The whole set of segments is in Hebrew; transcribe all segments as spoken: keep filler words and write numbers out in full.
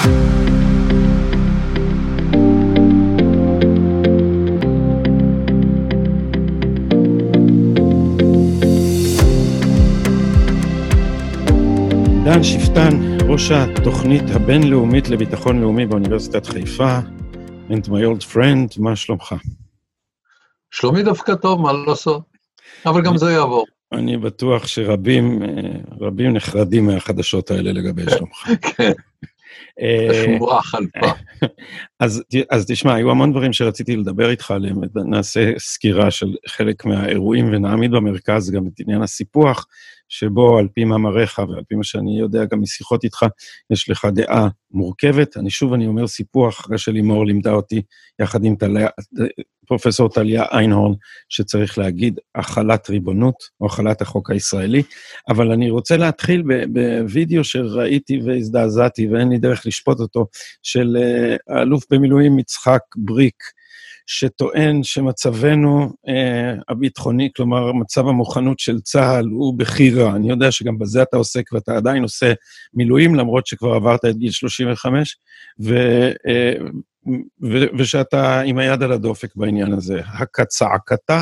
דן שפטן, ראש התוכנית הבינלאומית לביטחון לאומי באוניברסיטת חיפה, and my old friend, מה שלומך? שלומי דווקא טוב, מה לא לעשות? אבל גם זה יעבור. אני בטוח שרבים, רבים נחרדים מהחדשות האלה לגבי שלומך. כן, השמועה חלפה. אז, אז תשמע, היו המון דברים שרציתי לדבר איתך עליהם, נעשה סקירה של חלק מהאירועים ונעמיד במרכז גם את עניין הסיפוח, שבו על פי מאמריך ועל פי מה שאני יודע גם משיחות איתך, יש לך דעה מורכבת. אני שוב, אני אומר סיפוח, אחרי שלימור לימדה אותי יחד עם תליה, פרופסור תליה איינהורן, שצריך להגיד החלת ריבונות או החלת החוק הישראלי, אבל אני רוצה להתחיל בווידאו שראיתי והזדעזעתי, ואין לי דרך לשפוט אותו, של האלוף במילואים יצחק בריק, שטוען שמצבנו אה, הביטחוני, כלומר מצב המוכנות של צה"ל הוא בחירה. אני יודע שגם בזה אתה עוסק ואתה עדיין עושה מילואים, למרות שכבר עברת את גיל שלושים וחמש, ו, אה, ו, ושאתה עם היד על הדופק בעניין הזה. הקצעקתה?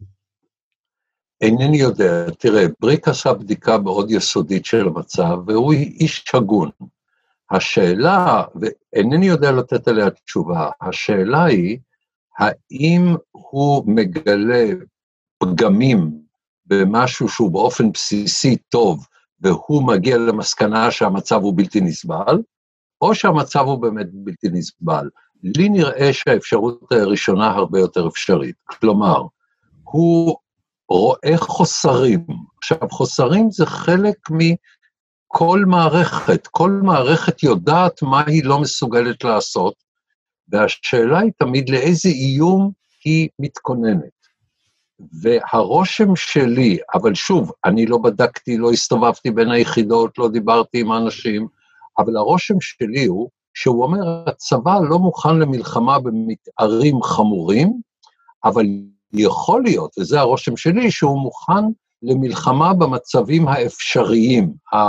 אינני יודע. תראה, בריק עשה בדיקה מאוד יסודית של המצב, והוא איש הגון. השאלה, ואינני יודע לתת עליה תשובה, השאלה היא, האם הוא מגלה פגמים במשהו שהוא באופן בסיסי טוב, והוא מגיע למסקנה שהמצב הוא בלתי נסבל, או שהמצב הוא באמת בלתי נסבל. לי נראה שהאפשרות הראשונה הרבה יותר אפשרית. כלומר, הוא רואה חוסרים. עכשיו, חוסרים זה חלק מכל מערכת. כל מערכת יודעת מה היא לא מסוגלת לעשות, והשאלה היא תמיד לאיזה איום היא מתכוננת. והרושם שלי, אבל שוב, אני לא בדקתי, לא הסתובבתי בין היחידות, לא דיברתי עם האנשים, אבל הרושם שלי הוא, שהוא אומר, הצבא לא מוכן למלחמה במתארים חמורים, אבל יכול להיות, וזה הרושם שלי, שהוא מוכן למלחמה במצבים האפשריים,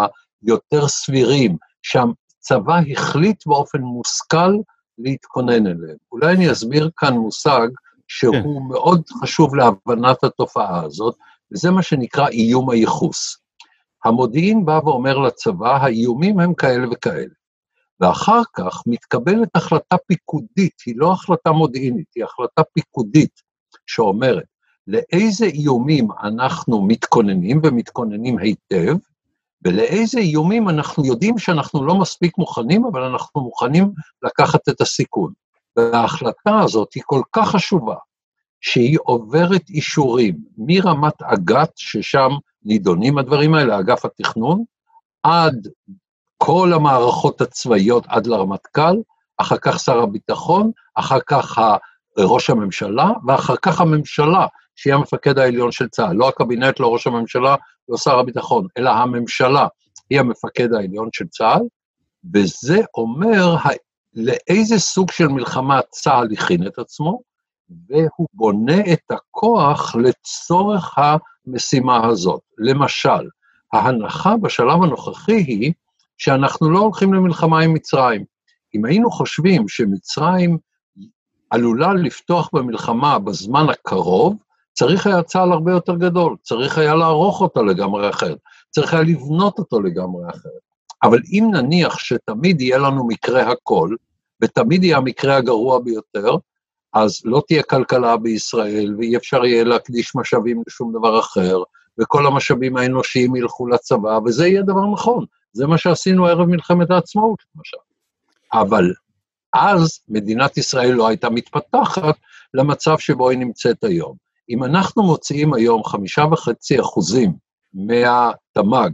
היותר סבירים, שהצבא החליט באופן מושכל, להתכונן אליהם. אולי אני אסביר כאן מושג שהוא כן. מאוד חשוב להבנת התופעה הזאת, וזה מה שנקרא איום הייחוס. המודיעין בא ואומר לצבא, האיומים הם כאלה וכאלה. ואחר כך מתקבלת החלטה פיקודית, היא לא החלטה מודיעינית, היא החלטה פיקודית, שאומרת, לאיזה איומים אנחנו מתכוננים ומתכוננים היטב, ולאיזה איומים אנחנו יודעים שאנחנו לא מספיק מוכנים, אבל אנחנו מוכנים לקחת את הסיכון. וההחלטה הזאת היא כל כך חשובה, שהיא עוברת אישורים מרמת אג"ת, ששם נידונים הדברים האלה, אגף התכנון, עד כל המערכות הצבאיות, עד לרמטכ"ל, אחר כך שר הביטחון, אחר כך ראש הממשלה, ואחר כך הממשלה, שהיא המפקד העליון של צה"ל, לא הקבינט, לא ראש הממשלה, לא שר הביטחון, אלא הממשלה, היא המפקד העליון של צה"ל, וזה אומר לאיזה סוג של מלחמה צה"ל הכין את עצמו, והוא בונה את הכוח לצורך המשימה הזאת. למשל, ההנחה בשלב הנוכחי היא, שאנחנו לא הולכים למלחמה עם מצרים. אם היינו חושבים שמצרים עלולה לפתוח במלחמה בזמן הקרוב, צריך היה צה"ל הרבה יותר גדול, צריך היה לערוך אותו לגמרי אחרת, צריך היה לבנות אותו לגמרי אחרת. אבל אם נניח שתמיד יהיה לנו מקרה הכל, ותמיד יהיה המקרה הגרוע ביותר, אז לא תהיה כלכלה בישראל, ואי אפשר יהיה להקדיש משאבים לשום דבר אחר, וכל המשאבים האנושיים ילכו לצבא, וזה יהיה דבר נכון. זה מה שעשינו ערב מלחמת העצמאות, למשל. אבל אז מדינת ישראל לא הייתה מתפתחת למצב שבו היא נמצאת היום. אם אנחנו מוציאים היום חמישה וחצי אחוזים מהתמ"ג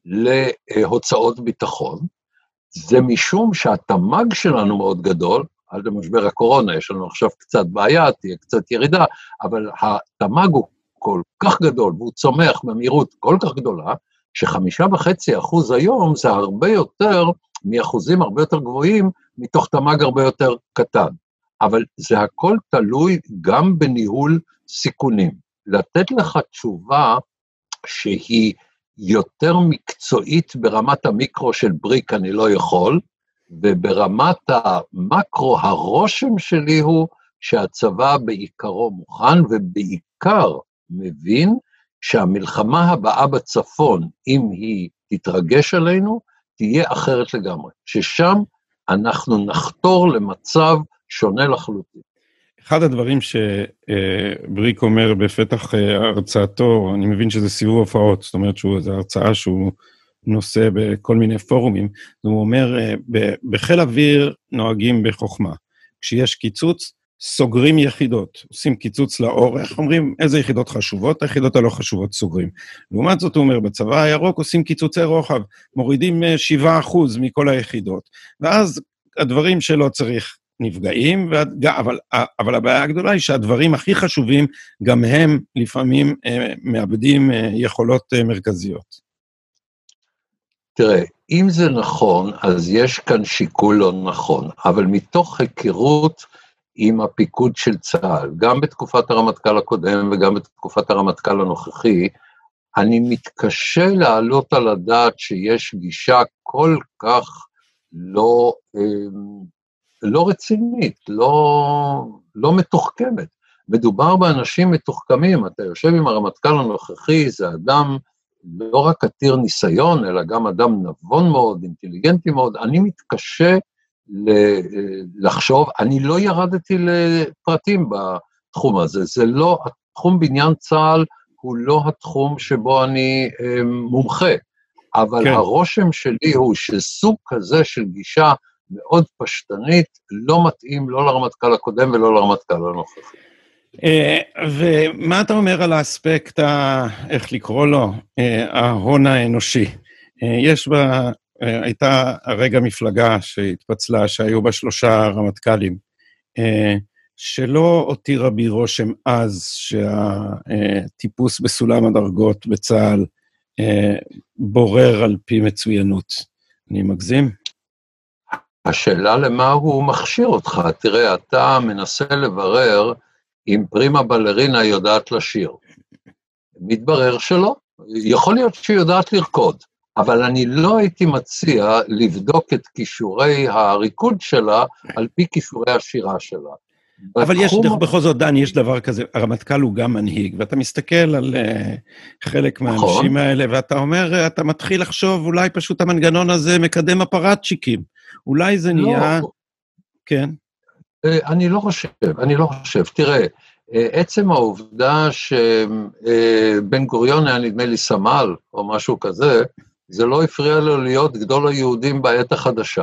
להוצאות ביטחון, זה משום שהתמ"ג שלנו מאוד גדול, עד למשבר הקורונה, יש לנו עכשיו קצת בעיה, תהיה קצת ירידה, אבל התמ"ג הוא כל כך גדול, והוא צומח במהירות כל כך גדולה, שחמישה וחצי אחוז היום זה הרבה יותר, מאחוזים הרבה יותר גבוהים, מתוך תמ"ג הרבה יותר קטן. אבל זה הכל תלוי גם בניהול סיכונים. לתת לך תשובה שהיא יותר מקצועית ברמת המיקרו של בריק, אני לא יכול, וברמת המקרו, הרושם שלי הוא שהצבא בעיקרו מוכן, ובעיקר מבין שהמלחמה הבאה בצפון, אם היא תתרגש עלינו, תהיה אחרת לגמרי, ששם אנחנו נחתור למצב שונה לחלוטין. אחד הדברים שבריק אומר בפתח הרצאתו, אני מבין שזה סיבוב הופעות, זאת אומרת שזו הרצאה שהוא נושא בכל מיני פורומים, הוא אומר, בחיל אוויר נוהגים בחוכמה, כשיש קיצוץ, סוגרים יחידות, עושים קיצוץ לאורך, אומרים איזה יחידות חשובות, היחידות הלא חשובות סוגרים. לעומת זאת הוא אומר, בצבא הירוק עושים קיצוצי רוחב, מורידים שבעה אחוז מכל היחידות, ואז הדברים שלא צריך נפגעים, אבל, אבל הבעיה הגדולה היא שהדברים הכי חשובים, גם הם לפעמים מאבדים יכולות מרכזיות. תראה, אם זה נכון, אז יש כאן שיקול לא נכון, אבל מתוך היכרות עם הפיקוד של צה"ל, גם בתקופת הרמטכ"ל הקודם וגם בתקופת הרמטכ"ל הנוכחי, אני מתקשה להעלות על הדעת שיש גישה כל כך לא, לא רצינית, לא, לא מתוחכמת. מדובר באנשים מתוחכמים, אתה יושב עם הרמטכ"ל הנוכחי, זה אדם לא רק עתיר ניסיון, אלא גם אדם נבון מאוד, אינטליגנטי מאוד, אני מתקשה לחשוב, אני לא ירדתי לפרטים בתחום הזה, זה לא, התחום בניין צה"ל הוא לא התחום שבו אני מומחה, אבל כן. הרושם שלי הוא שסוג כזה של גישה מאוד פשטנית, לא מתאים לא לרמטכ"ל הקודם ולא לרמטכ"ל הנוכחי. ומה אתה אומר על האספקט, איך לקרוא לו, ההון האנושי? יש בה, הייתה הרגע מפלגה שהתפצלה, שהיו בה שלושה רמטכ"לים, שלא הותירה בי רושם אז שהטיפוס בסולם הדרגות בצה"ל בורר על פי מצוינות. אני מגזים? השאלה למה הוא מכשיר אותך, תראה, אתה מנסה לברר אם פרימה בלרינה יודעת לשיר. מתברר שלא, יכול להיות שהיא יודעת לרקוד, אבל אני לא הייתי מציע לבדוק את כישורי הריקוד שלה על פי כישורי השירה שלה. אבל יש, בכל זאת, דן, יש דבר כזה, הרמטכ"ל הוא גם מנהיג, ואתה מסתכל על חלק מהאנשים האלה, ואתה אומר, אתה מתחיל לחשוב, אולי פשוט המנגנון הזה מקדם אפרטצ'יקים, אולי זה נהיה, כן. אני לא חושב, אני לא חושב, תראה, עצם העובדה שבן גוריון היה נדמה לי סמל, או משהו כזה, זה לא הפריע לו להיות גדול היהודים בעת החדשה,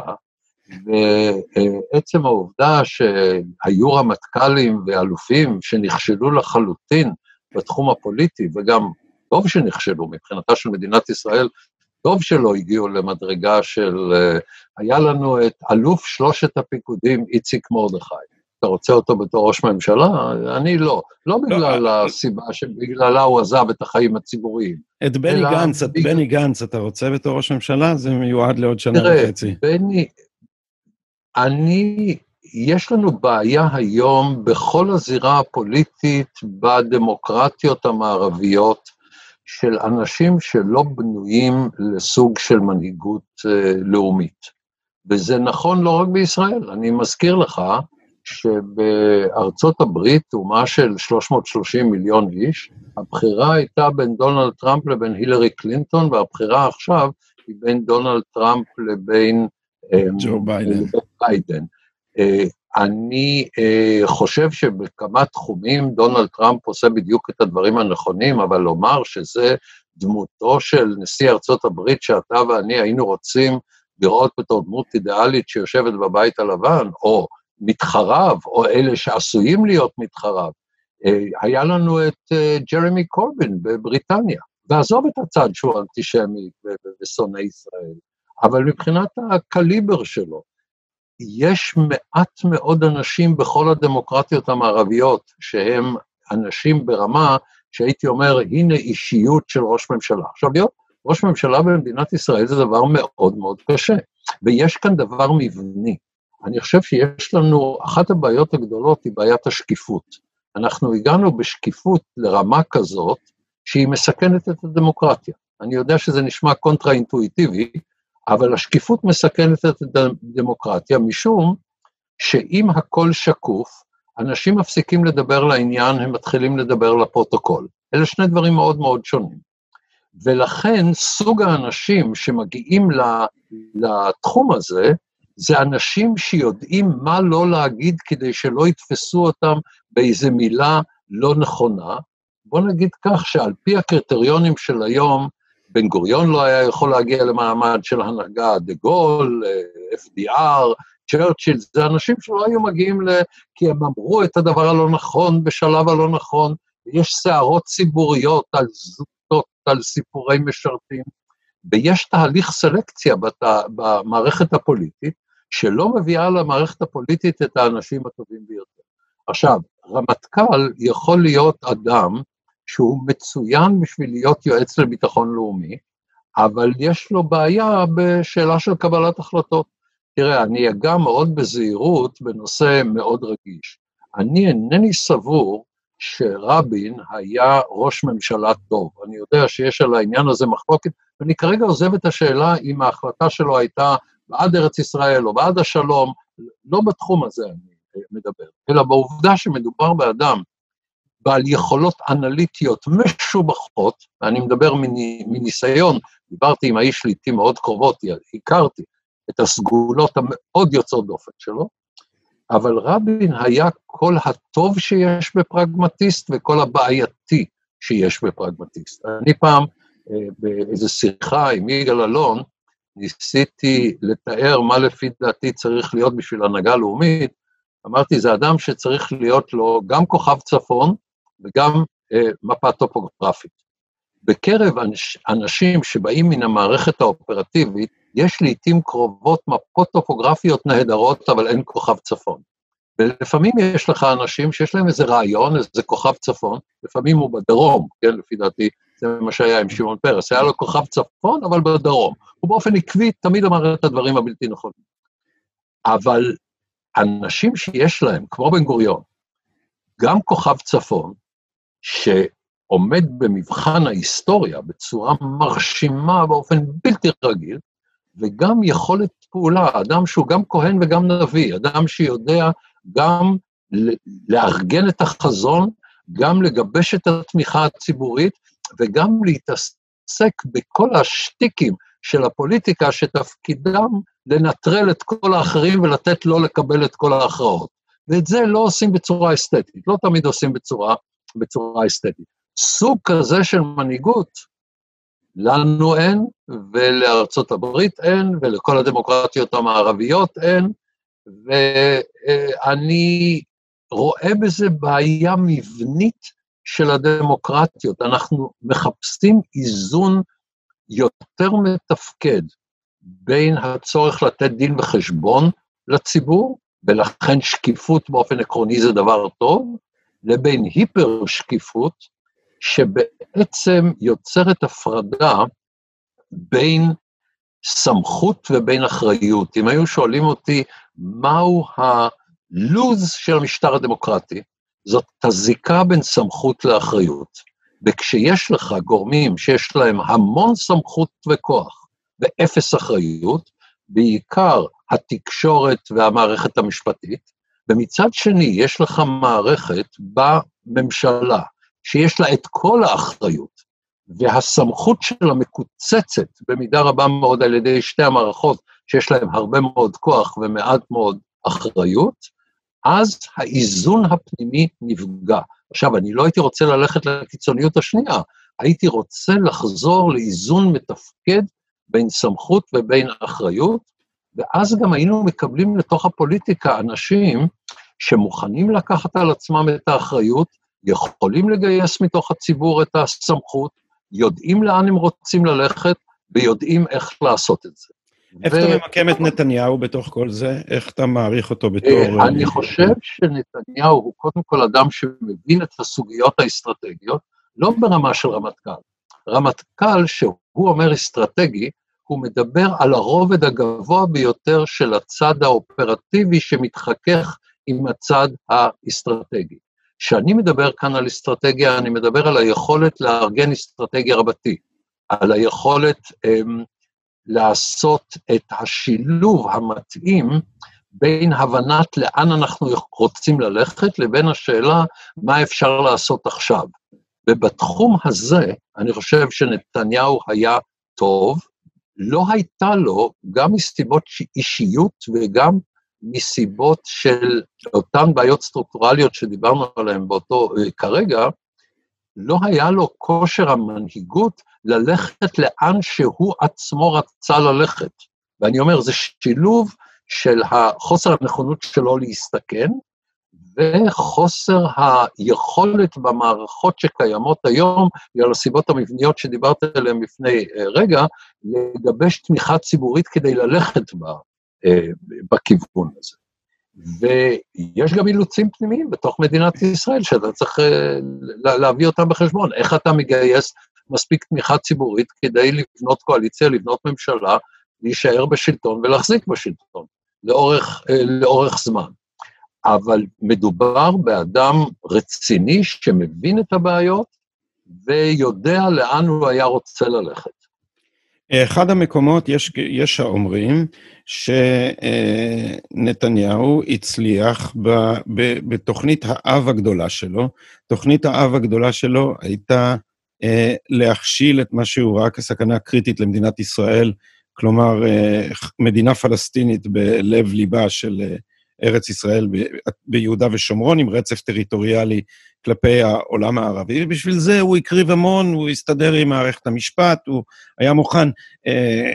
ועצם העובדה שהיו רמטכ"לים ואלופים שנכשלו לחלוטין בתחום הפוליטי, וגם טוב שנכשלו מבחינתה של מדינת ישראל, טוב שלא הגיעו למדרגה של, היה לנו את אלוף שלושת הפיקודים, איציק מרדכי. אתה רוצה אותו בתור ראש ממשלה? אני לא. לא בגלל הסיבה שבגללה הוא עזב את החיים הציבוריים. את בני גנץ, את בני גנץ, אתה רוצה בתור ראש ממשלה? זה מיועד לעוד שנה וחצי. תראה, בני, אני, יש לנו בעיה היום בכל הזירה הפוליטית, בדמוקרטיות המערביות, של אנשים שלא בנויים לסוג של מנהיגות אה, לאומית. וזה נכון לא רק בישראל, אני מזכיר לך שבארצות הברית, אומה של שלוש מאות ושלושים מיליון איש, הבחירה הייתה בין דונלד טראמפ לבין הילרי קלינטון, והבחירה עכשיו היא בין דונלד טראמפ לבין ג'ו ביידן. ביידן. אה, אני אה, חושב שבכמה תחומים דונלד טראמפ עושה בדיוק את הדברים הנכונים, אבל לומר שזה דמותו של נשיא ארצות הברית, שאתה ואני היינו רוצים לראות בתור דמות אידיאלית שיושבת בבית הלבן, או מתחריו, או אלה שעשויים להיות מתחריו. אה, היה לנו את אה, ג'רמי קורבין בבריטניה, ועזוב את הצד שהוא אנטישמי ושונא ישראל, אבל מבחינת הקליבר שלו, יש מעט מאוד אנשים בכל הדמוקרטיות המערביות, שהם אנשים ברמה שהייתי אומר, הנה אישיות של ראש ממשלה. עכשיו, להיות ראש ממשלה במדינת ישראל זה דבר מאוד מאוד קשה, ויש כאן דבר מבני. אני חושב שיש לנו, אחת הבעיות הגדולות היא בעיית השקיפות. אנחנו הגענו בשקיפות לרמה כזאת, שהיא מסכנת את הדמוקרטיה. אני יודע שזה נשמע קונטרה-אינטואיטיבי, אבל השקיפות מסכנת את הדמוקרטיה, משום שאם הכל שקוף, אנשים מפסיקים לדבר לעניין, הם מתחילים לדבר לפרוטוקול. אלה שני דברים מאוד מאוד שונים. ולכן סוג האנשים שמגיעים לתחום הזה, זה אנשים שיודעים מה לא להגיד כדי שלא יתפסו אותם באיזה מילה לא נכונה. בוא נגיד כך שעל פי הקריטריונים של היום, בן גוריון לא היה יכול להגיע למעמד של הנהגה, דה גול, אף די אר, צ'רצ'יל, זה אנשים שלא היו מגיעים ל... כי הם אמרו את הדבר הלא נכון בשלב הלא נכון, ויש סערות ציבוריות על זוטות, על סיפורי משרתים, ויש תהליך סלקציה בת... במערכת הפוליטית, שלא מביאה למערכת הפוליטית את האנשים הטובים ביותר. עכשיו, רמטכ"ל יכול להיות אדם שהוא מצוין בשביל להיות יועץ לביטחון לאומי, אבל יש לו בעיה בשאלה של קבלת החלטות. תראה, אני אגע מאוד בזהירות בנושא מאוד רגיש. אני אינני סבור שרבין היה ראש ממשלה טוב. אני יודע שיש על העניין הזה מחלוקת, ואני כרגע עוזב את השאלה אם ההחלטה שלו הייתה בעד ארץ ישראל או בעד השלום, לא בתחום הזה אני מדבר, אלא בעובדה שמדובר באדם בעל יכולות אנליטיות משובחות, ואני מדבר מניסיון, דיברתי עם האיש לעתים מאוד קרובות, הכרתי את הסגולות המאוד יוצאות דופן שלו, אבל רבין היה כל הטוב שיש בפרגמטיסט וכל הבעייתי שיש בפרגמטיסט. אני פעם באיזו שיחה עם יגאל אלון, ניסיתי לתאר מה לפי דעתי צריך להיות בשביל הנהגה לאומית, אמרתי, זה אדם שצריך להיות לו גם כוכב צפון וגם אה, מפה טופוגרפית. בקרב אנש, אנשים שבאים מן המערכת האופרטיבית, יש לעתים קרובות מפות טופוגרפיות נהדרות, אבל אין כוכב צפון. ולפעמים יש לך אנשים שיש להם איזה רעיון, איזה כוכב צפון, לפעמים הוא בדרום, כן, לפי דעתי, זה מה שהיה עם שמעון פרס, היה לו כוכב צפון, אבל בדרום. הוא באופן עקבי תמיד אמר את הדברים הבלתי נכונים. אבל אנשים שיש להם, כמו בן גוריון, גם כוכב צפון, שעומד במבחן ההיסטוריה בצורה מרשימה באופן בלתי רגיל, וגם יכולת פעולה, אדם שהוא גם כהן וגם נביא, אדם שיודע גם לארגן את החזון, גם לגבש את התמיכה הציבורית, וגם להתעסק בכל השטיקים של הפוליטיקה, שתפקידם לנטרל את כל האחרים ולתת לו לקבל את כל ההכרעות. ואת זה לא עושים בצורה אסתטית, לא תמיד עושים בצורה, בצורה אסתטית. סוג כזה של מנהיגות, לנו אין, ולארצות הברית אין, ולכל הדמוקרטיות המערביות אין, ואני רואה בזה בעיה מבנית של הדמוקרטיות. אנחנו מחפשים איזון יותר מתפקד בין הצורך לתת דין וחשבון לציבור, ולכן שקיפות באופן עקרוני זה דבר טוב, לבין היפר שקיפות, שבעצם יוצרת הפרדה בין סמכות ובין אחריות. אם היו שואלים אותי מהו הלוז של המשטר הדמוקרטי, זאת הזיקה בין סמכות לאחריות. וכשיש לך גורמים שיש להם המון סמכות וכוח ואפס אחריות, בעיקר התקשורת והמערכת המשפטית, ומצד שני יש לך מערכת בממשלה, שיש לה את כל האחריות, והסמכות שלה מקוצצת במידה רבה מאוד על ידי שתי המערכות, שיש להם הרבה מאוד כוח ומעט מאוד אחריות, אז האיזון הפנימי נפגע. עכשיו, אני לא הייתי רוצה ללכת לקיצוניות השנייה, הייתי רוצה לחזור לאיזון מתפקד בין סמכות ובין אחריות, ואז גם היינו מקבלים לתוך הפוליטיקה אנשים שמוכנים לקחת על עצמם את האחריות, יכולים לגייס מתוך הציבור את הסמכות, יודעים לאן הם רוצים ללכת, ויודעים איך לעשות את זה. איך ו... אתה ממקם את נתניהו בתוך כל זה? איך אתה מעריך אותו בתור... אני חושב שנתניהו הוא קודם כל אדם שמבין את הסוגיות האסטרטגיות, לא ברמה של רמטכ"ל. רמטכ"ל שהוא אומר אסטרטגי, הוא מדבר על הרובד הגבוה ביותר של הצד האופרטיבי שמתחכך עם הצד האסטרטגי. כשאני מדבר כאן על אסטרטגיה, אני מדבר על היכולת לארגן אסטרטגיה רבתי, על היכולת אמ, לעשות את השילוב המתאים בין הבנת לאן אנחנו רוצים ללכת, לבין השאלה מה אפשר לעשות עכשיו. ובתחום הזה, אני חושב שנתניהו היה טוב, לא הייתה לו, גם מסיבות אישיות וגם מסיבות של אותן בעיות סטרוקטורליות שדיברנו עליהן באותו כרגע, לא היה לו כושר המנהיגות ללכת לאן שהוא עצמו רצה ללכת. ואני אומר, זה שילוב של החוסר הנכונות שלו להסתכן, וחוסר היכולת במערכות שקיימות היום, על הסיבות המבניות שדיברת עליהן לפני רגע, לגבש תמיכה ציבורית כדי ללכת בה, בכיוון הזה. ויש גם אילוצים פנימיים בתוך מדינת ישראל, שאתה צריך להביא אותם בחשבון. איך אתה מגייס מספיק תמיכה ציבורית כדי לבנות קואליציה, לבנות ממשלה, להישאר בשלטון ולהחזיק בשלטון, לאורך, לאורך זמן. אבל מדובר באדם רציני שמבין את הבעיות, ויודע לאן הוא היה רוצה ללכת. אחד המקומות, יש, יש האומרים, שנתניהו הצליח ב, ב, בתוכנית האב הגדולה שלו. תוכנית האב הגדולה שלו הייתה אה, להכשיל את מה שהוא ראה כסכנה קריטית למדינת ישראל, כלומר, אה, מדינה פלסטינית בלב ליבה של אה, ארץ ישראל ב, ביהודה ושומרון, עם רצף טריטוריאלי כלפי העולם הערבי, ובשביל זה הוא הקריב המון, הוא הסתדר עם מערכת המשפט, הוא היה מוכן אה,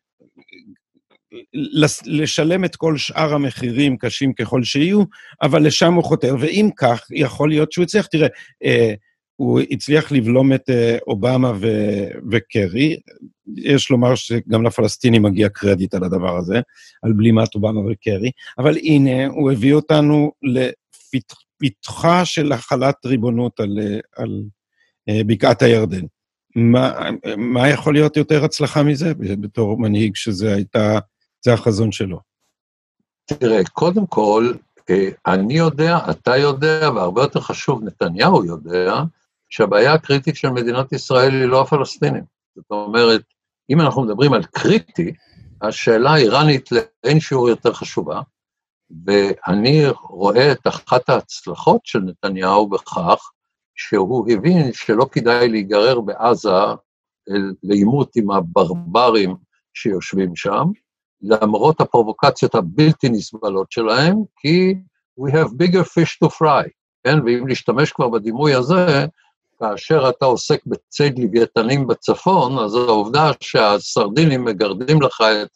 לשלם את כל שאר המחירים קשים ככל שיהיו, אבל לשם הוא חותר, ואם כך, יכול להיות שהוא הצליח, תראה, אה, הוא הצליח לבלום את אה, אובמה ו- וקרי, יש לומר שגם לפלסטינים מגיע קרדיט על הדבר הזה, על בלימת אובמה וקרי, אבל הנה, הוא הביא אותנו לפתחה של החלת ריבונות על, על אה, בקעת הירדן. מה, מה יכול להיות יותר הצלחה מזה, בתור מנהיג שזה הייתה, זה החזון שלו? תראה, קודם כל, אני יודע, אתה יודע, והרבה יותר חשוב, נתניהו יודע, שהבעיה הקריטית של מדינת ישראל היא לא הפלסטינים. זאת אומרת, אם אנחנו מדברים על קריטי, השאלה האיראנית לאין שיעור יותר חשובה, ואני רואה את אחת ההצלחות של נתניהו בכך, שהוא הבין שלא כדאי להיגרר בעזה לעימות עם הברברים שיושבים שם, למרות הפרובוקציות הבלתי נסבלות שלהם, כי we have bigger fish to fry, כן? ואם להשתמש כבר בדימוי הזה, כאשר אתה עוסק בצייד לוויתנים בצפון, אז העובדה שהסרדינים מגרדים לך את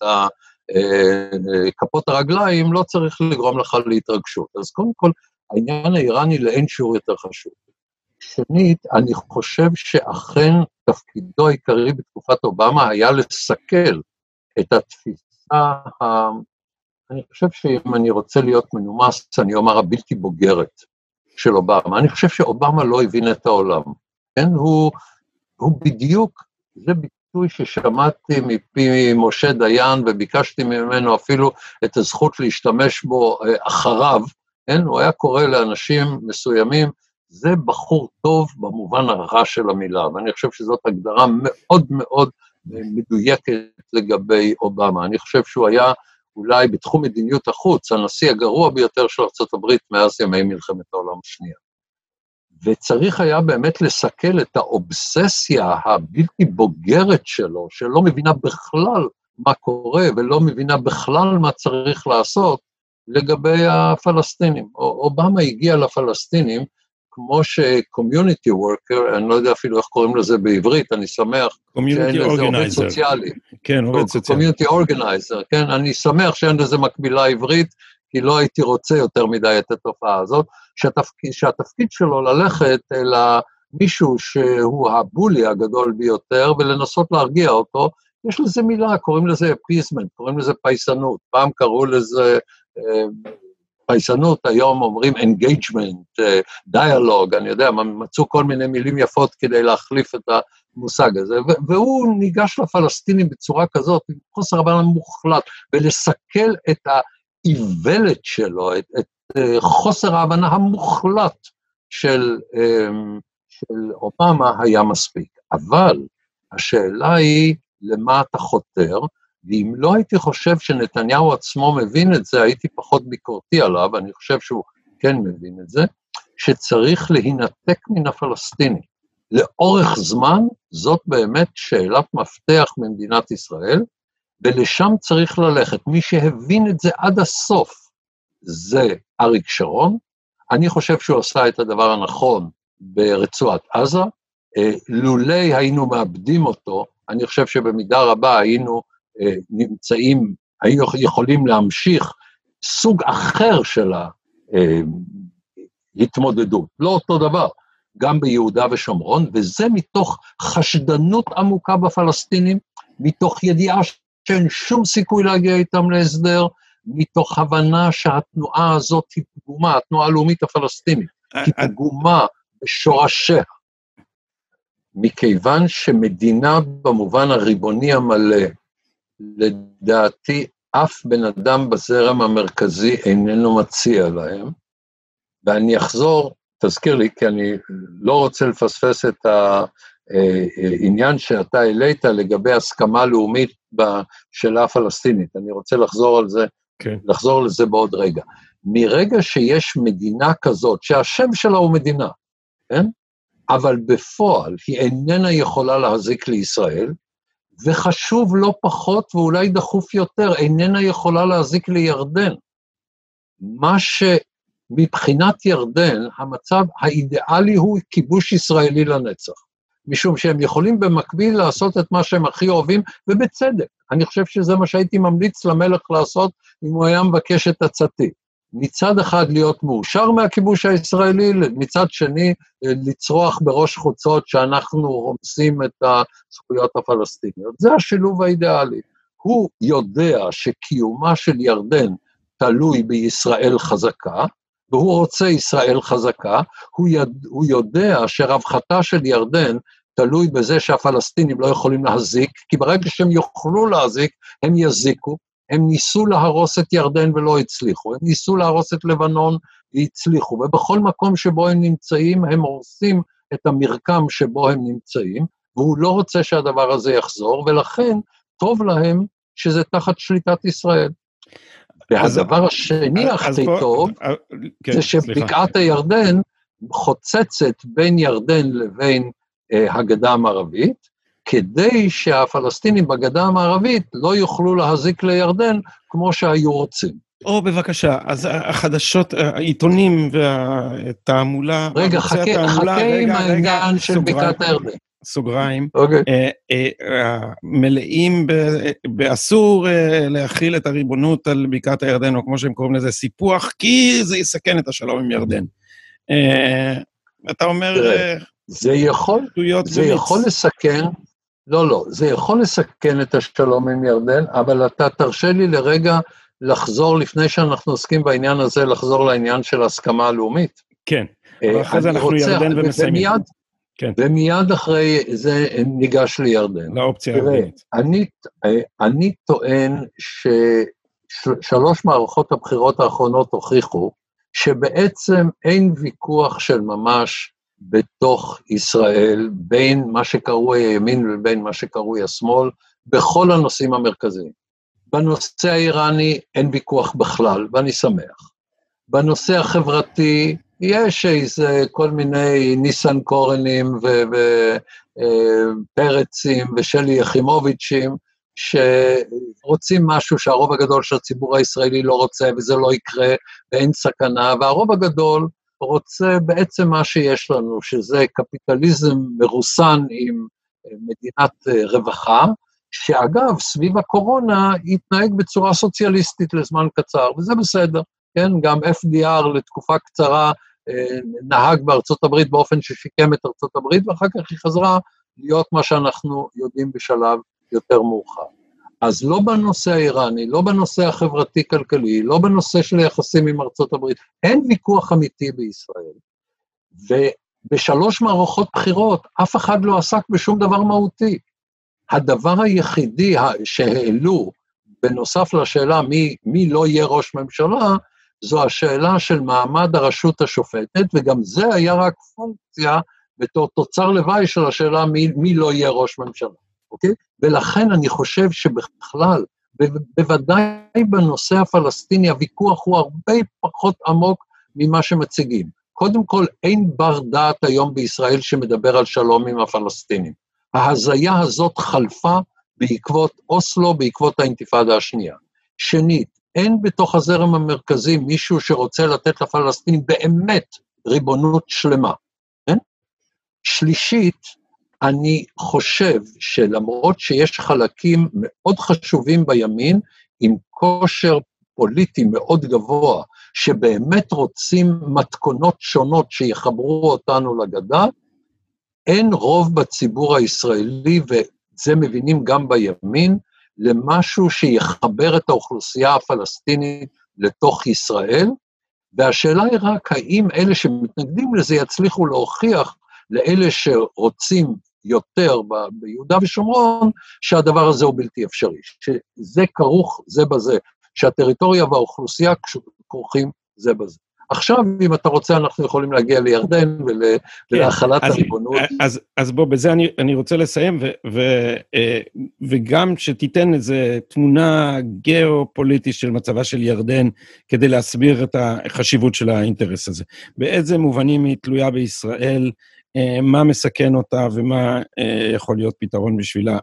כפות הרגליים, לא צריך לגרום לך להתרגשות. אז קודם כל, העניין האיראני לאין שיעור יותר חשוב. שנית, אני חושב שאכן תפקידו העיקרי בתקופת אובמה היה לסכל את התפיסה, אני חושב שאם אני רוצה להיות מנומס, אני אומר הבלתי בוגרת של אובמה. אני חושב שאובמה לא הבין את העולם. כן? הוא, הוא בדיוק, זה ביטוי ששמעתי מפי משה דיין, וביקשתי ממנו אפילו את הזכות להשתמש בו אחריו, כן? הוא היה קורא לאנשים מסוימים, זה בחור טוב במובן הרע של המילה, ואני חושב שזאת הגדרה מאוד מאוד מדויקת לגבי אובמה. אני חושב שהוא היה אולי בתחום מדיניות החוץ, הנשיא הגרוע ביותר של ארצות הברית מאז ימי מלחמת העולם השנייה. וצריך היה באמת לסכל את האובססיה הבלתי בוגרת שלו, שלא מבינה בכלל מה קורה, ולא מבינה בכלל מה צריך לעשות לגבי הפלסטינים. אובמה הגיע לפלסטינים, כמו ש-community worker, אני לא יודע אפילו איך קוראים לזה בעברית, אני שמח שאין לזה עובד סוציאלי. כן, עובד סוציאלי. community organizer, כן, אני שמח שאין לזה מקבילה עברית, כי לא הייתי רוצה יותר מדי את התופעה הזאת, שהתפקיד, שהתפקיד שלו ללכת אלא מישהו שהוא הבולי הגדול ביותר, ולנסות להרגיע אותו, יש לזה מילה, קוראים לזה appeasement, קוראים לזה פייסנות, פעם קראו לזה אה, פייסנות, היום אומרים engagement, dialogue, אני יודע, מצאו כל מיני מילים יפות כדי להחליף את המושג הזה, והוא ניגש לפלסטינים בצורה כזאת, עם חוסר הבנה מוחלט, ולסכל את האיוולת שלו, את, את חוסר ההבנה המוחלט של, של אובמה היה מספיק. אבל השאלה היא למה אתה חותר, ואם לא הייתי חושב שנתניהו עצמו מבין את זה, הייתי פחות ביקורתי עליו, אני חושב שהוא כן מבין את זה, שצריך להינתק מן הפלסטיני. לאורך זמן, זאת באמת שאלת מפתח ממדינת ישראל, ולשם צריך ללכת. מי שהבין את זה עד הסוף, זה אריק שרון. אני חושב שהוא עשה את הדבר הנכון ברצועת עזה, לולי היינו מאבדים אותו, אני חושב שבמידה רבה היינו נמצאים, היינו יכולים להמשיך סוג אחר של ההתמודדות, לא אותו דבר, גם ביהודה ושומרון, וזה מתוך חשדנות עמוקה בפלסטינים, מתוך ידיעה שאין שום סיכוי להגיע איתם להסדר, מתוך הבנה שהתנועה הזאת היא פגומה, התנועה הלאומית הפלסטינית, היא פגומה בשורשיה, מכיוון שמדינה במובן הריבוני המלא, לדעתי אף בן אדם בזרם המרכזי איננו מציע להם, ואני אחזור, תזכיר לי, כי אני לא רוצה לפספס את העניין שאתה העלית לגבי הסכמה לאומית בשאלה הפלסטינית, אני רוצה לחזור על זה, okay. לחזור לזה בעוד רגע. מרגע שיש מדינה כזאת, שהשם שלה הוא מדינה, כן? אבל בפועל היא איננה יכולה להזיק לישראל, וחשוב לא פחות ואולי דחוף יותר, איננה יכולה להזיק לירדן. מה שמבחינת ירדן, המצב האידיאלי הוא כיבוש ישראלי לנצח, משום שהם יכולים במקביל לעשות את מה שהם הכי אוהבים, ובצדק. אני חושב שזה מה שהייתי ממליץ למלך לעשות, אם הוא היה מבקש את עצתי. מצד אחד להיות מאושר מהכיבוש הישראלי, מצד שני לצרוח בראש חוצות שאנחנו רומסים את הזכויות הפלסטיניות. זה השילוב האידיאלי. הוא יודע שקיומה של ירדן תלוי בישראל חזקה, והוא רוצה ישראל חזקה, הוא, יד, הוא יודע שרווחתה של ירדן תלוי בזה שהפלסטינים לא יכולים להזיק, כי ברגע שהם יוכלו להזיק, הם יזיקו, הם ניסו להרוס את ירדן ולא הצליחו, הם ניסו להרוס את לבנון והצליחו, ובכל מקום שבו הם נמצאים, הם הורסים את המרקם שבו הם נמצאים, והוא לא רוצה שהדבר הזה יחזור, ולכן טוב להם שזה תחת שליטת ישראל. והדבר השני הכי טוב, זה שבקעת הירדן חוצצת בין ירדן לבין הגדה המערבית, כדי שהפלסטינים בגדה המערבית לא יוכלו להזיק לירדן כמו שהיו רוצים. או בבקשה, אז החדשות, העיתונים והתעמולה... רגע, חכה, חכה עם העניין של בקעת הירדן. סוגריים, מלאים באסור להכיל את הריבונות על בקעת הירדן, או כמו שהם קוראים לזה, סיפוח, כי זה יסכן את השלום עם ירדן. אתה אומר... זה יכול, זה יכול לסכן, לא, לא, זה יכול לסכן את השלום עם ירדן, אבל אתה תרשה לי לרגע לחזור, לפני שאנחנו עוסקים בעניין הזה, לחזור לעניין של ההסכמה הלאומית. כן, אבל אחרי זה אנחנו ירדן ומסיימים. כן. ומיד אחרי זה ניגש לירדן. לאופציה הירדנית. אני, אני טוען ששלוש מערכות הבחירות האחרונות הוכיחו, שבעצם אין ויכוח של ממש בתוך ישראל, בין מה שקרוי הימין ובין מה שקרוי השמאל, בכל הנושאים המרכזיים. בנושא האיראני אין ויכוח בכלל, ואני שמח. בנושא החברתי, יש איזה כל מיני ניסן קורנים ופרצים ושלי יחימוביצ'ים, שרוצים משהו שהרוב הגדול של הציבור הישראלי לא רוצה, וזה לא יקרה, ואין סכנה, והרוב הגדול רוצה בעצם מה שיש לנו, שזה קפיטליזם מרוסן עם מדינת רווחה, שאגב, סביב הקורונה התנהג בצורה סוציאליסטית לזמן קצר, וזה בסדר, כן? גם אף די אר לתקופה קצרה נהג בארצות הברית באופן ששיקם את ארצות הברית, ואחר כך היא חזרה להיות מה שאנחנו יודעים בשלב יותר מאוחר. אז לא בנושא האיראני, לא בנושא החברתי-כלכלי, לא בנושא של היחסים עם ארצות הברית, אין ויכוח אמיתי בישראל. ובשלוש מערכות בחירות, אף אחד לא עסק בשום דבר מהותי. הדבר היחידי שהעלו, בנוסף לשאלה מי, מי לא יהיה ראש ממשלה, זו השאלה של מעמד הרשות השופטת, וגם זה היה רק פונקציה בתור תוצר לוואי של השאלה מי, מי לא יהיה ראש ממשלה. אוקיי? ולכן אני חושב שבכלל בוודאי בנושא הפלסטיני, הוויכוח הוא הרבה פחות עמוק ממה שמציגים. קודם כל, אין בר דעת היום בישראל שמדבר על שלום עם הפלסטינים. ההזיה הזאת חלפה בעקבות אוסלו, בעקבות האינתיפאדה השנייה. שנית, אין בתוך הזרם המרכזי מישהו שרוצה לתת לפלסטינים באמת ריבונות שלמה. כן? שלישית, אני חושב שלמרות שיש חלקים מאוד חשובים בימין, עם כושר פוליטי מאוד גבוה, שבאמת רוצים מתכונות שונות שיחברו אותנו לגדה, אין רוב בציבור הישראלי, וזה מבינים גם בימין, למשהו שיחבר את האוכלוסייה הפלסטינית לתוך ישראל, והשאלה היא רק האם אלה שמתנגדים לזה יצליחו להוכיח לאלה שרוצים יותר ב- ביהודה ושומרון, שהדבר הזה הוא בלתי אפשרי, שזה כרוך זה בזה, שהטריטוריה והאוכלוסייה כרוכים זה בזה. עכשיו, אם אתה רוצה, אנחנו יכולים להגיע לירדן ולהחלת כן, הריבונות. אז, אז, אז בוא, בזה אני, אני רוצה לסיים, ו, ו, וגם שתיתן איזו תמונה גיאופוליטית של מצבה של ירדן, כדי להסביר את החשיבות של האינטרס הזה. באיזה מובנים היא תלויה בישראל, מה מסכן אותה, ומה יכול להיות פתרון בשבילה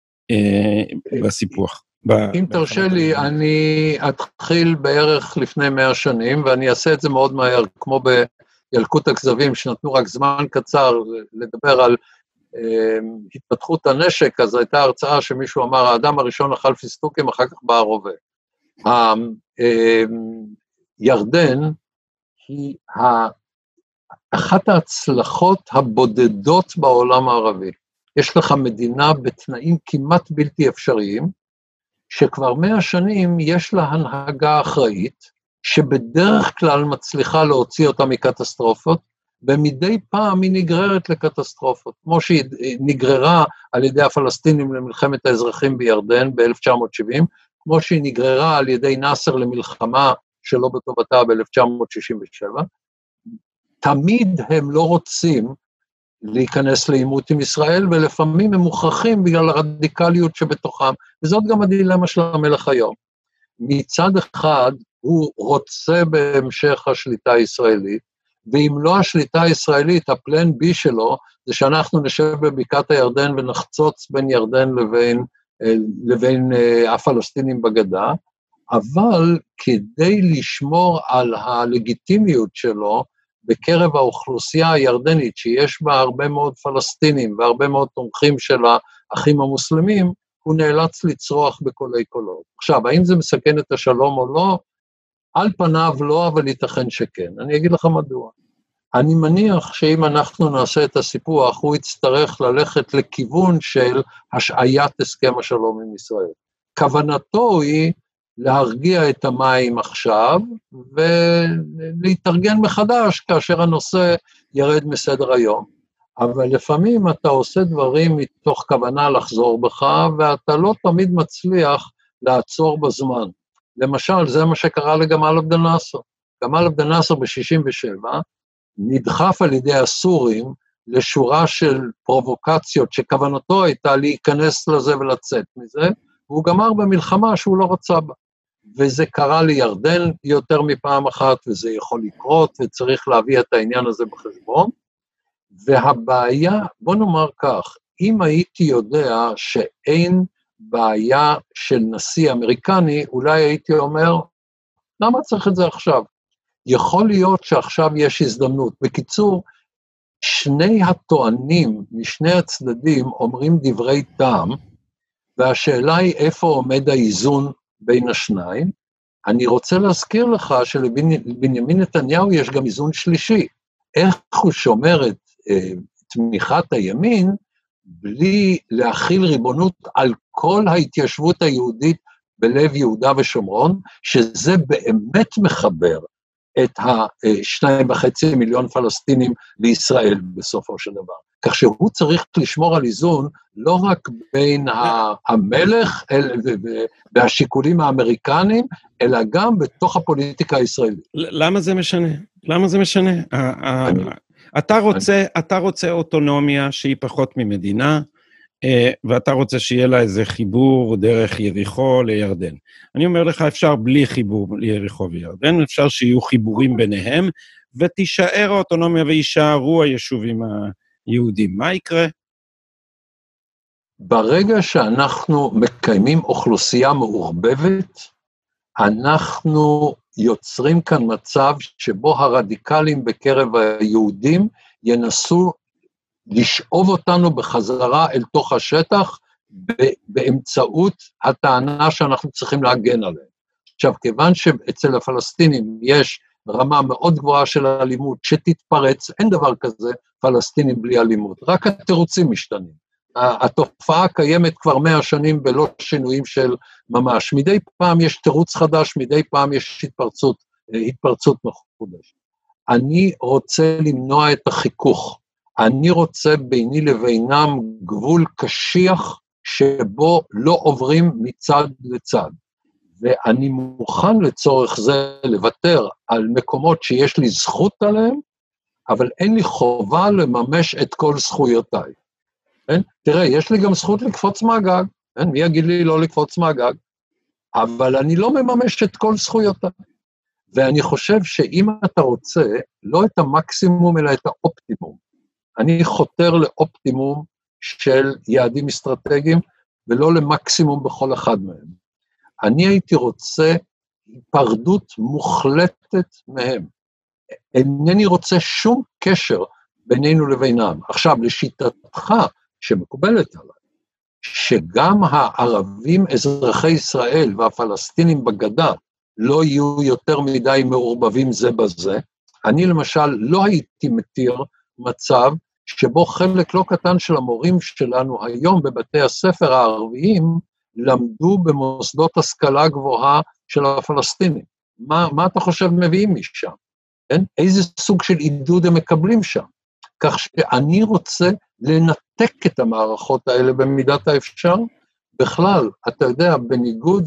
בסיפוח. אם תרשה לי, אני אתחיל בערך לפני מאה שנים, ואני אעשה את זה מאוד מהר, כמו בילקוט הכזבים, שנתנו רק זמן קצר לדבר על אה, התפתחות הנשק, אז הייתה הרצאה שמישהו אמר, האדם הראשון אכל פיסטוקים, אחר כך בא הרובה. אה, אה, ירדן היא ה, אחת ההצלחות הבודדות בעולם הערבי. יש לך מדינה בתנאים כמעט בלתי אפשריים, שכבר מאה שנים יש לה הנהגה אחראית, שבדרך כלל מצליחה להוציא אותה מקטסטרופות, ומדי פעם היא נגררת לקטסטרופות, כמו שהיא נגררה על ידי הפלסטינים למלחמת האזרחים בירדן ב-אלף תשע מאות שבעים, כמו שהיא נגררה על ידי נאסר למלחמה שלא בטובתה ב-אלף תשע מאות שישים ושבע, תמיד הם לא רוצים להיכנס לעימות עם ישראל, ולפעמים הם מוכרחים בגלל הרדיקליות שבתוכם, וזאת גם הדילמה של המלך היום. מצד אחד, הוא רוצה בהמשך השליטה הישראלית, ואם לא השליטה הישראלית, הפלן בי שלו, זה שאנחנו נשב בבקעת הירדן ונחצוץ בין ירדן לבין, לבין הפלסטינים בגדה, אבל כדי לשמור על הלגיטימיות שלו, בקרב האוכלוסייה הירדנית, שיש בה הרבה מאוד פלסטינים, והרבה מאוד תומכים של האחים המוסלמים, הוא נאלץ לצרוח בקולי קולות. עכשיו, האם זה מסכן את השלום או לא? על פניו לא, אבל ייתכן שכן. אני אגיד לך מדוע. אני מניח שאם אנחנו נעשה את הסיפוח, הוא יצטרך ללכת לכיוון של השעיית הסכם השלום עם ישראל. כוונתו היא להרגיע את המים עכשיו, ולהתארגן מחדש כאשר הנושא ירד מסדר היום. אבל לפעמים אתה עושה דברים מתוך כוונה לחזור בך, ואתה לא תמיד מצליח לעצור בזמן. למשל, זה מה שקרה לגמל עבד אל-נאצר. גמל עבד אל-נאצר ב-שישים ושבע, נדחף על ידי הסורים לשורה של פרובוקציות, שכוונתו הייתה להיכנס לזה ולצאת מזה, והוא גמר במלחמה שהוא לא רצה בה. וזה קרה לירדן יותר מפעם אחת, וזה יכול לקרות, וצריך להביא את העניין הזה בחשבון. והבעיה, בוא נאמר כך, אם הייתי יודע שאין בעיה של נשיא אמריקני, אולי הייתי אומר, למה צריך את זה עכשיו? יכול להיות שעכשיו יש הזדמנות. בקיצור, שני הטוענים משני הצדדים אומרים דברי טעם, והשאלה היא איפה עומד האיזון בין השניים. אני רוצה להזכיר לך שלבנימין נתניהו יש גם איזון שלישי. איך הוא שומר את אה, תמיכת הימין, בלי להכיל ריבונות על כל ההתיישבות היהודית בלב יהודה ושומרון, שזה באמת מחבר את השניים וחצי מיליון פלסטינים לישראל בסופו של דבר. כך שהוא צריך לשמור על איזון לא רק בין המלך והשיקולים האמריקניים, אלא גם בתוך הפוליטיקה הישראלית. למה זה משנה? למה זה משנה? אתה רוצה, אתה רוצה אוטונומיה שהיא פחות ממדינה, ואתה רוצה שיהיה לה איזה חיבור דרך יריחו לירדן. אני אומר לך, אפשר בלי חיבור ליריחו וירדן, אפשר שיהיו חיבורים ביניהם, ותישאר האוטונומיה וישארו היישובים היהודים. מה יקרה? ברגע שאנחנו מקיימים אוכלוסייה מעורבבת, אנחנו יוצרים כאן מצב שבו הרדיקלים בקרב היהודים ינסו לשאוב אותנו בחזרה אל תוך השטח, באמצעות הטענה שאנחנו צריכים להגן עליהם. עכשיו, כיוון שאצל הפלסטינים יש רמה מאוד גבוהה של אלימות שתתפרץ, אין דבר כזה פלסטינים בלי אלימות, רק התירוצים משתנים. התופעה קיימת כבר מאה שנים בלא שינויים של ממש. מדי פעם יש תירוץ חדש, מדי פעם יש התפרצות, התפרצות מחודשת. אני רוצה למנוע את החיכוך. אני רוצה ביני לבינם גבול קשיח שבו לא עוברים מצד לצד. ואני מוכן לצורך זה לוותר על מקומות שיש לי זכות עליהם, אבל אין לי חובה לממש את כל זכויותיי. כן? תראה, יש לי גם זכות לקפוץ מהגג, כן? מי יגיד לי לא לקפוץ מהגג? אבל אני לא מממש את כל זכויותיי. ואני חושב שאם אתה רוצה, לא את המקסימום, אלא את האופטימום. אני חותר לאופטימום של יעדים אסטרטגיים, ולא למקסימום בכל אחד מהם. אני הייתי רוצה היפרדות מוחלטת מהם. אינני רוצה שום קשר בינינו לבינם. עכשיו, לשיטתך, שמקובלת עליי, שגם הערבים אזרחי ישראל והפלסטינים בגדה לא יהיו יותר מדי מעורבבים זה בזה, אני למשל לא הייתי מתיר מצב שבו חלק לא קטן של המורים שלנו היום בבתי הספר הערביים למדו במוסדות השכלה גבוהה של הפלסטינים. מה, מה אתה חושב מביאים משם? כן? איזה סוג של עידוד הם מקבלים שם? כך שאני רוצה לנתק את המערכות האלה במידת האפשר. בכלל, אתה יודע, בניגוד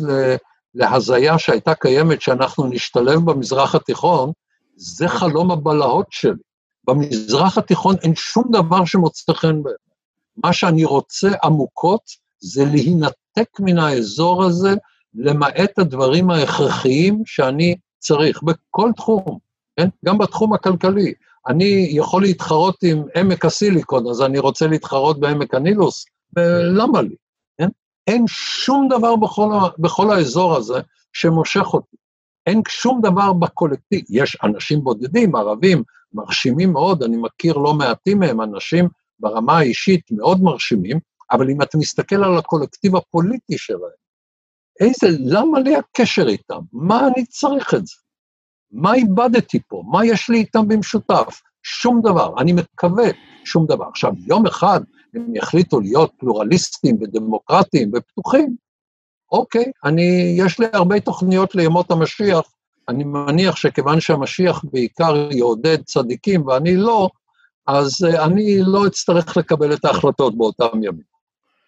להזיה שהייתה קיימת שאנחנו נשתלב במזרח התיכון, זה חלום הבלהות שלי. במזרח התיכון אין שום דבר שמוצא חן בהם. מה שאני רוצה עמוקות זה להינתק מן האזור הזה, למעט הדברים ההכרחיים שאני צריך, בכל תחום, כן? גם בתחום הכלכלי. אני יכול להתחרות עם עמק הסיליקון, אז אני רוצה להתחרות בעמק הנילוס, ולמה לי? כן? אין שום דבר בכל, בכל האזור הזה שמושך אותי. אין שום דבר בקולקטיב. יש אנשים בודדים, ערבים, מרשימים מאוד, אני מכיר לא מעטים מהם, אנשים ברמה האישית מאוד מרשימים, אבל אם אתה מסתכל על הקולקטיב הפוליטי שלהם, איזה, למה לי הקשר איתם? מה אני צריך את זה? מה איבדתי פה? מה יש לי איתם במשותף? שום דבר. אני מקווה שום דבר. עכשיו, יום אחד הם יחליטו להיות פלורליסטים ודמוקרטיים ופתוחים. אוקיי, אני, יש לי הרבה תוכניות לימות המשיח. אני מניח שכיוון שהמשיח בעיקר יעודד צדיקים ואני לא, אז אני לא אצטרך לקבל את ההחלטות באותם ימים.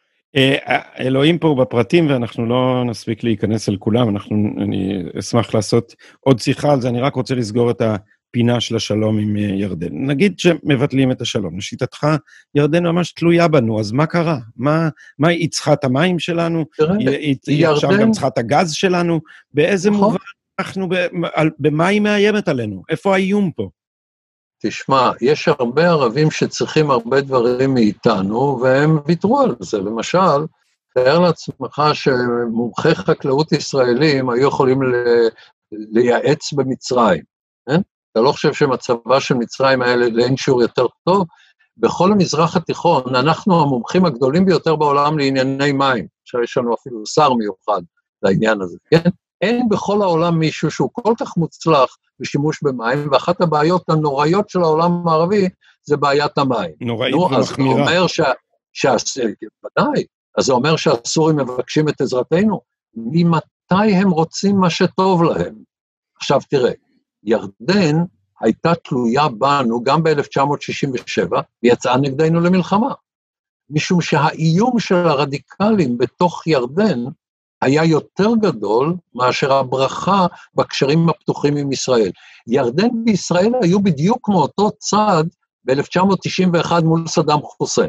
אלוהים פה בפרטים, ואנחנו לא נספיק להיכנס אל כולם, אנחנו, אני אשמח לעשות עוד שיחה על זה, אני רק רוצה לסגור את הפינה של השלום עם ירדן. נגיד שמבטלים את השלום, לשיטתך, ירדן ממש תלויה בנו, אז מה קרה? מה, מה היא צריכה את המים שלנו? היא, היא עכשיו גם צריכה את הגז שלנו? באיזה מובן אנחנו, במה היא מאיימת עלינו? איפה האיום פה? תשמע, יש הרבה ערבים שצריכים הרבה דברים מאיתנו, והם ויתרו על זה. למשל, תאר לעצמך שמומחי חקלאות ישראלים היו יכולים לייעץ במצרים. כן? אתה לא חושב שמצבה של מצרים האלה לאין שיעור יותר טוב? בכל המזרח התיכון, אנחנו המומחים הגדולים ביותר בעולם לענייני מים. עכשיו יש לנו אפילו שר מיוחד לעניין הזה. כן? אין בכל העולם מישהו שהוא כל כך מוצלח בשימוש במים, ואחת הבעיות הנוראיות של העולם הערבי זה בעיית המים. נוראית ומחמירה. אז זה אומר ש... ש... ודאי, אז זה אומר שהסורים מבקשים את עזרתנו, ממתי הם רוצים מה שטוב להם? עכשיו תראה, ירדן הייתה תלויה בנו גם ב-אלף תשע מאות שישים ושבע, ויצאה נגדנו למלחמה, משום שהאיום של הרדיקלים בתוך ירדן, היה יותר גדול מאשר הברכה בקשרים הפתוחים עם ישראל. ירדן וישראל היו בדיוק כמו אותו צד ב-אלף תשע מאות תשעים ואחת מול סדאם חוסיין.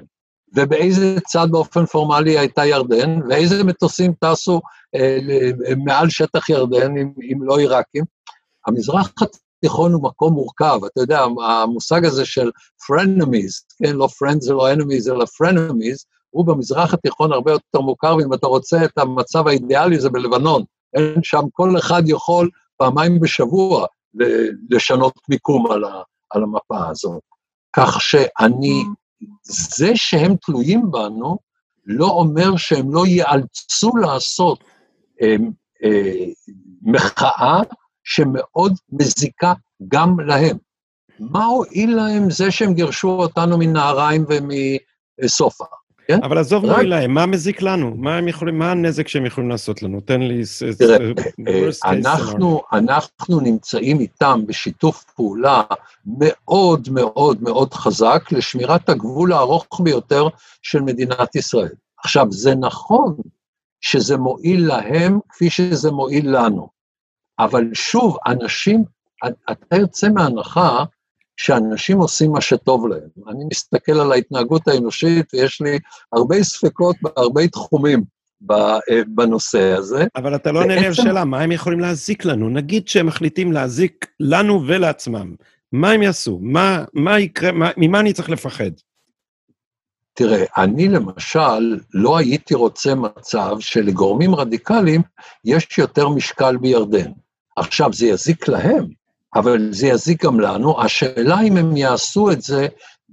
ובאיזה צד באופן פורמלי הייתה ירדן, ואיזה מטוסים טסו אה, מעל שטח ירדן, אם, אם לא עיראקים. המזרח התיכון הוא מקום מורכב, אתה יודע, המושג הזה של frenemies, כן, לא friends זה לא enemies, אלא frenemies, הוא במזרח התיכון הרבה יותר מוכר, ואם אתה רוצה את המצב האידיאלי זה בלבנון, אין שם כל אחד יכול פעמיים בשבוע לשנות מיקום על, ה, על המפה הזאת. כך שאני, זה שהם תלויים בנו, לא אומר שהם לא ייאלצו לעשות אה, אה, מחאה שמאוד מזיקה גם להם. מה הועיל להם זה שהם גירשו אותנו מנהריים ומסופה? כן? אבל עזוב מה הועיל להם, מה מזיק לנו? מה הם יכולים, מה הנזק שהם יכולים לעשות לנו? תן לי... תראה, אנחנו, אנחנו נמצאים איתם בשיתוף פעולה מאוד מאוד מאוד חזק לשמירת הגבול הארוך ביותר של מדינת ישראל. עכשיו, זה נכון שזה מועיל להם כפי שזה מועיל לנו. אבל שוב, אנשים, אתה יוצא מההנחה שאנשים עושים מה שטוב להם. אני מסתכל על ההתנהגות האנושית, ויש לי הרבה ספקות בהרבה תחומים בנושא הזה. אבל אתה לא עונה לי על שאלה, מה הם יכולים להזיק לנו? נגיד שהם מחליטים להזיק לנו ולעצמם. מה הם יעשו? מה, מה יקרה? מה, ממה אני צריך לפחד? תראה, אני למשל לא הייתי רוצה מצב שלגורמים רדיקליים יש יותר משקל בירדן. עכשיו, זה יזיק להם, אבל זה יזיק גם לנו. השאלה אם הם יעשו את זה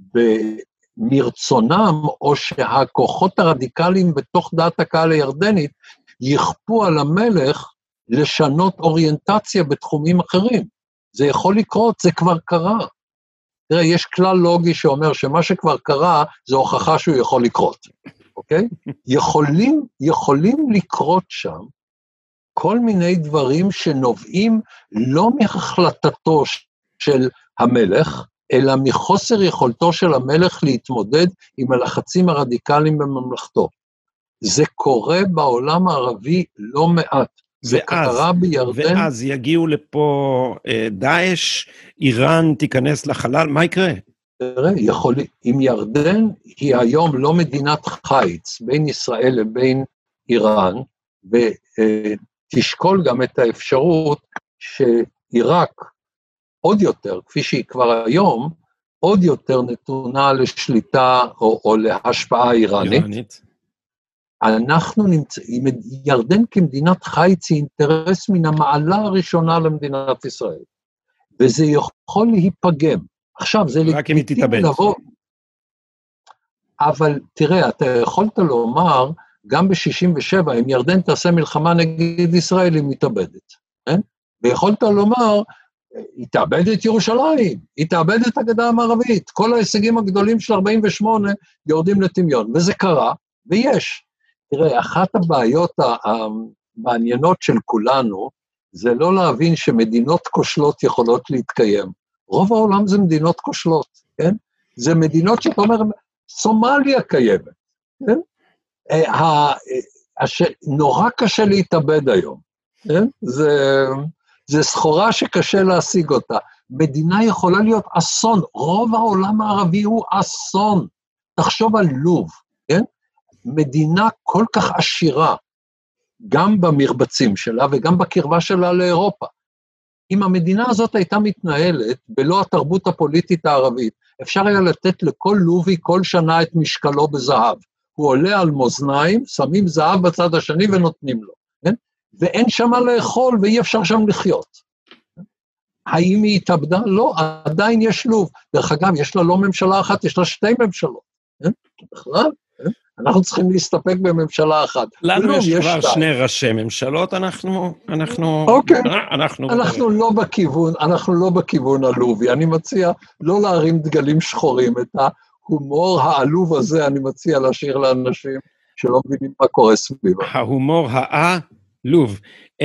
מרצונם, או שהכוחות הרדיקליים בתוך דעת הקהל הירדנית יכפו על המלך לשנות אוריינטציה בתחומים אחרים. זה יכול לקרות, זה כבר קרה. תראה, יש כלל לוגי שאומר שמה שכבר קרה, זה הוכחה שהוא יכול לקרות, אוקיי? יכולים, יכולים לקרות שם כל מיני דברים שנובעים לא מהחלטתו של המלך, אלא מחוסר יכולתו של המלך להתמודד עם הלחצים הרדיקליים בממלכתו. זה קורה בעולם הערבי לא מעט. זה קרה בירדן. ואז יגיעו לפה דאעש, איראן תיכנס לחלל, מה יקרה? תראה, יכול, אם ירדן היא היום לא מדינת חיץ, בין ישראל לבין איראן, ותשקול גם את האפשרות שעיראק, עוד יותר, כפי שהיא כבר היום, עוד יותר נתונה לשליטה או, או להשפעה איראנית. איראנית. אנחנו נמצאים, ירדן כמדינת חיץ היא אינטרס מן המעלה הראשונה למדינת ישראל, וזה יכול להיפגם. עכשיו, זה לגיטימי לבוא, אבל תראה, אתה יכולת לומר, גם ב-שישים ושבע, אם ירדן תעשה מלחמה נגד ישראל, היא מתאבדת, כן? ויכולת לומר, היא תאבד את ירושלים, היא תאבד את הגדה המערבית, כל ההישגים הגדולים של ארבעים ושמונה יורדים לטמיון, וזה קרה, ויש. תראה, אחת הבעיות המעניינות של כולנו, זה לא להבין שמדינות כושלות יכולות להתקיים. רוב העולם זה מדינות כושלות, כן? זה מדינות שאתה אומר, סומליה קיימת, כן? נורא קשה להתאבד היום, כן? זה, זה סחורה שקשה להשיג אותה. מדינה יכולה להיות אסון, רוב העולם הערבי הוא אסון. תחשוב על לוב, כן? מדינה כל כך עשירה, גם במרבצים שלה וגם בקרבה שלה לאירופה. אם המדינה הזאת הייתה מתנהלת בלא התרבות הפוליטית הערבית, אפשר היה לתת לכל לובי כל שנה את משקלו בזהב. הוא עולה על מאזניים, שמים זהב בצד השני ונותנים לו. כן? ואין שם מה לאכול ואי אפשר שם לחיות. האם היא התאבדה? לא, עדיין יש לוב. דרך אגב, יש לה לא ממשלה אחת, יש לה שתי ממשלות. כן? בכלל? אנחנו צריכים להסתפק בממשלה אחת. לנו יש כבר שני ראשי ממשלות, אנחנו, אנחנו, אוקיי. אנחנו, אנחנו לא בכיוון, אנחנו לא בכיוון הלובי. אני מציע לא להרים דגלים שחורים, את ההומור העלוב הזה אני מציע להשאיר לאנשים שלא מבינים מה קורה סביבה. ההומור העלוב.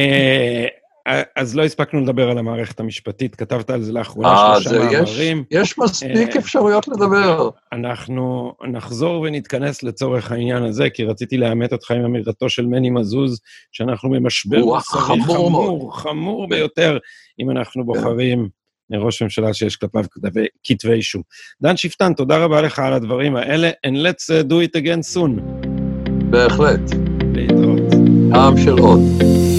אז לא הספקנו לדבר על המערכת המשפטית, כתבת על זה לאחרונה שלושה מאמרים. יש מספיק אפשרויות לדבר. אנחנו נחזור ונתכנס לצורך העניין הזה, כי רציתי לאמת אותך עם אמירתו של מני מזוז, שאנחנו במשבר חמור, חמור, חמור ביותר, אם אנחנו בוחרים ראש ממשלה שיש כלפיו כתבי אישום. דן שפטן, תודה רבה לך על הדברים האלה, and let's do it again soon. בהחלט. להתראות. עם של עוד.